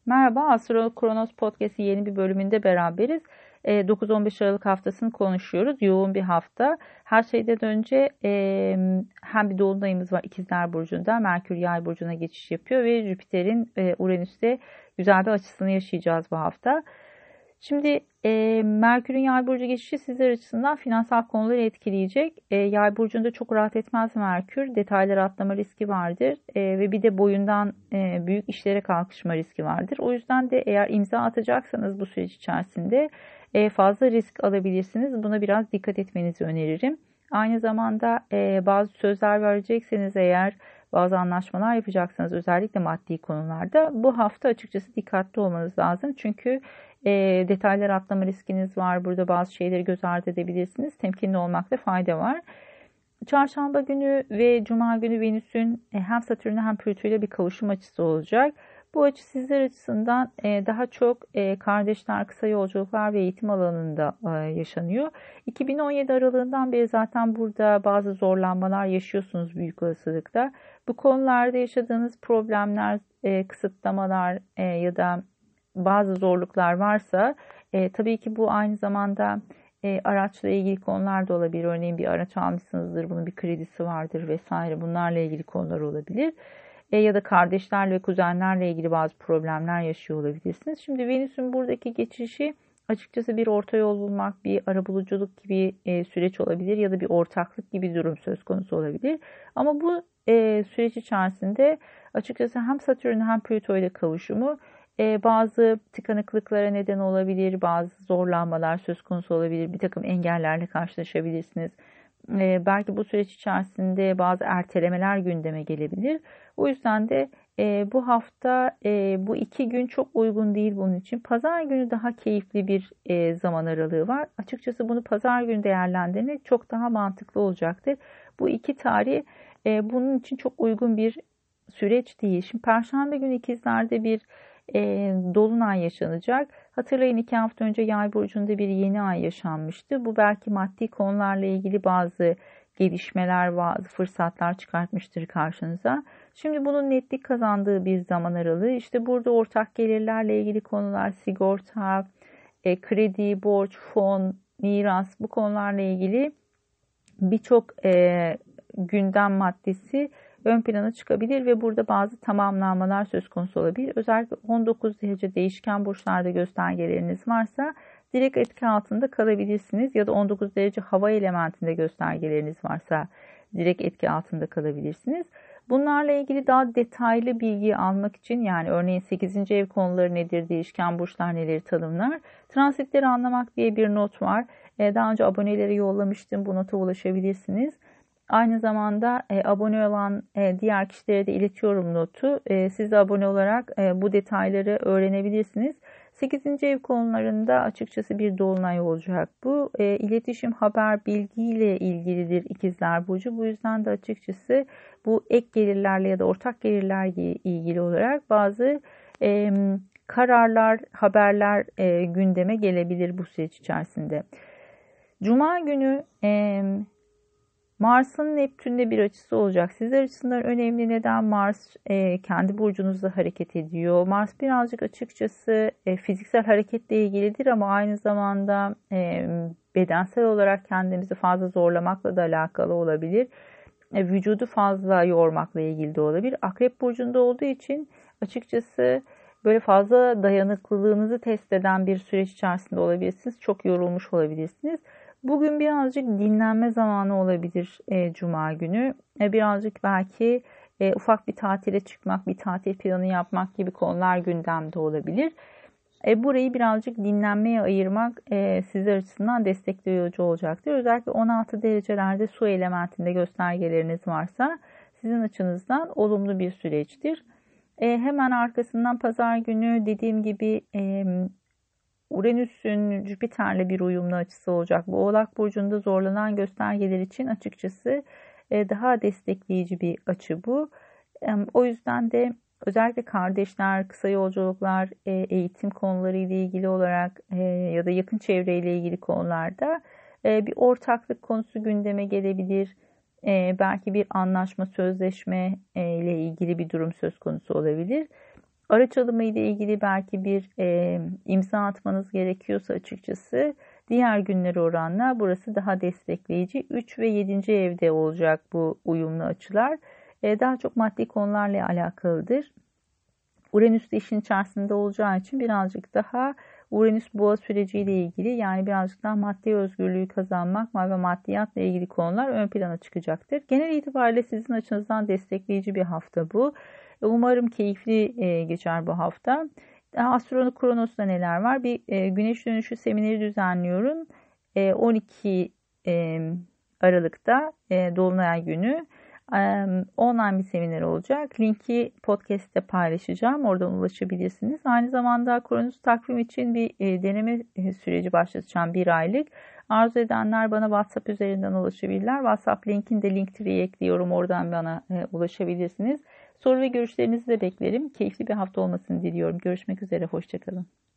Merhaba, Astro Kronos Podcast'in yeni bir bölümünde beraberiz. 9-15 Aralık haftasını konuşuyoruz. Yoğun bir hafta. Her şeyden önce hem bir dolunayımız var İkizler Burcu'nda. Merkür Yay Burcu'na geçiş yapıyor ve Jüpiter'in Uranüs'te güzel bir açısını yaşayacağız bu hafta. Şimdi Merkür'ün Yay burcu geçişi sizler açısından finansal konuları etkileyecek. Yay burcunda çok rahat etmez Merkür. Detayları atlama riski vardır. Ve bir de boyundan büyük işlere kalkışma riski vardır. O yüzden de eğer imza atacaksanız bu süreç içerisinde fazla risk alabilirsiniz. Buna biraz dikkat etmenizi öneririm. Aynı zamanda bazı sözler verecekseniz eğer bazı anlaşmalar yapacaksanız özellikle maddi konularda bu hafta açıkçası dikkatli olmanız lazım. Çünkü detaylar atlama riskiniz var. Burada bazı şeyleri göz ardı edebilirsiniz. Temkinli olmakta fayda var. Çarşamba günü ve Cuma günü Venüs'ün hem Satürn'e hem Plüto ile bir kavuşum açısı olacak. Bu açı sizler açısından daha çok kardeşler, kısa yolculuklar ve eğitim alanında yaşanıyor. 2017 aralığından beri zaten burada bazı zorlanmalar yaşıyorsunuz büyük olasılıkla. Bu konularda yaşadığınız problemler, kısıtlamalar ya da bazı zorluklar varsa tabii ki bu aynı zamanda araçla ilgili konular da olabilir. Örneğin bir araç almışsınızdır, bunun bir kredisi vardır vesaire. Bunlarla ilgili konular olabilir. Ya da kardeşlerle ve kuzenlerle ilgili bazı problemler yaşıyor olabilirsiniz. Şimdi Venüs'ün buradaki geçişi açıkçası bir orta yol bulmak, bir arabuluculuk gibi süreç olabilir ya da bir ortaklık gibi durum söz konusu olabilir. Ama bu süreç içerisinde açıkçası hem Satürn hem Plüto ile kavuşumu bazı tıkanıklıklara neden olabilir, bazı zorlanmalar söz konusu olabilir, bir takım engellerle karşılaşabilirsiniz. Belki bu süreç içerisinde bazı ertelemeler gündeme gelebilir. O yüzden de bu hafta bu 2 gün çok uygun değil bunun için. Pazar günü daha keyifli bir zaman aralığı var. Açıkçası bunu pazar günü değerlendirmek çok daha mantıklı olacaktır. Bu iki tarih bunun için çok uygun bir süreç değil. Şimdi Perşembe günü ikizlerde bir dolunay yaşanacak. Hatırlayın 2 hafta önce Yay burcunda bir yeni ay yaşanmıştı. Bu belki maddi konularla ilgili bazı gelişmeler, bazı fırsatlar çıkartmıştır karşınıza. Şimdi bunun netlik kazandığı bir zaman aralığı. İşte burada ortak gelirlerle ilgili konular, sigorta, kredi, borç, fon, miras bu konularla ilgili birçok gündem maddesi ön plana çıkabilir ve burada bazı tamamlanmalar söz konusu olabilir. Özellikle 19 derece değişken burçlarda göstergeleriniz varsa direkt etki altında kalabilirsiniz ya da 19 derece hava elementinde göstergeleriniz varsa direkt etki altında kalabilirsiniz. Bunlarla ilgili daha detaylı bilgi almak için yani örneğin 8. ev konuları nedir, değişken burçlar neleri tanımlar, transitleri anlamak diye bir not var. Daha önce abonelere yollamıştım, bu nota ulaşabilirsiniz. Aynı zamanda abone olan diğer kişilere de iletiyorum notu. Siz de abone olarak bu detayları öğrenebilirsiniz. 8. ev konularında açıkçası bir dolunay olacak bu. İletişim, haber, bilgiyle ilgilidir İkizler Burcu. Bu yüzden de açıkçası bu ek gelirlerle ya da ortak gelirlerle ilgili olarak bazı kararlar, haberler gündeme gelebilir bu süreç içerisinde. Cuma günü Mars'ın Neptün'le bir açısı olacak. Sizler açısından önemli. Neden? Mars kendi burcunuzda hareket ediyor. Mars birazcık açıkçası fiziksel hareketle ilgilidir ama aynı zamanda bedensel olarak kendimizi fazla zorlamakla da alakalı olabilir. Vücudu fazla yormakla ilgili de olabilir. Akrep burcunda olduğu için açıkçası böyle fazla dayanıklılığınızı test eden bir süreç içerisinde olabilirsiniz. Çok yorulmuş olabilirsiniz. Bugün birazcık dinlenme zamanı olabilir Cuma günü. Birazcık belki ufak bir tatile çıkmak, bir tatil planı yapmak gibi konular gündemde olabilir. Burayı birazcık dinlenmeye ayırmak sizler açısından destekleyici olacaktır. Özellikle 16 derecelerde su elementinde göstergeleriniz varsa sizin açınızdan olumlu bir süreçtir. Hemen arkasından pazar günü dediğim gibi Uranüs'ün Jüpiter'le bir uyumlu açısı olacak. Bu Oğlak Burcu'nda zorlanan göstergeler için açıkçası daha destekleyici bir açı bu. O yüzden de özellikle kardeşler, kısa yolculuklar, eğitim konuları ile ilgili olarak ya da yakın çevreyle ilgili konularda bir ortaklık konusu gündeme gelebilir. Belki bir anlaşma, sözleşme ile ilgili bir durum söz konusu olabilir. Araç alımı ile ilgili belki bir imza atmanız gerekiyorsa açıkçası diğer günlere oranla burası daha destekleyici. 3 ve 7. evde olacak bu uyumlu açılar. Daha çok maddi konularla alakalıdır. Uranüs de işin içerisinde olacağı için birazcık daha Uranüs boğa süreciyle ilgili, yani birazcık daha maddi özgürlüğü kazanmak ve maddiyatla ilgili konular ön plana çıkacaktır. Genel itibariyle sizin açınızdan destekleyici bir hafta bu. Umarım keyifli geçer bu hafta. Astrono Kronos'ta neler var? Bir güneş dönüşü semineri düzenliyorum. 12 Aralık'ta Dolunay günü. Online bir seminer olacak. Linki podcast'te paylaşacağım. Oradan ulaşabilirsiniz. Aynı zamanda Kronos takvim için bir deneme süreci başlatacağım, 1 aylık. Arzu edenler bana WhatsApp üzerinden ulaşabilirler. WhatsApp linkini de Linktree'ye ekliyorum. Oradan bana ulaşabilirsiniz. Soru ve görüşlerinizi de beklerim. Keyifli bir hafta olmasını diliyorum. Görüşmek üzere. Hoşçakalın.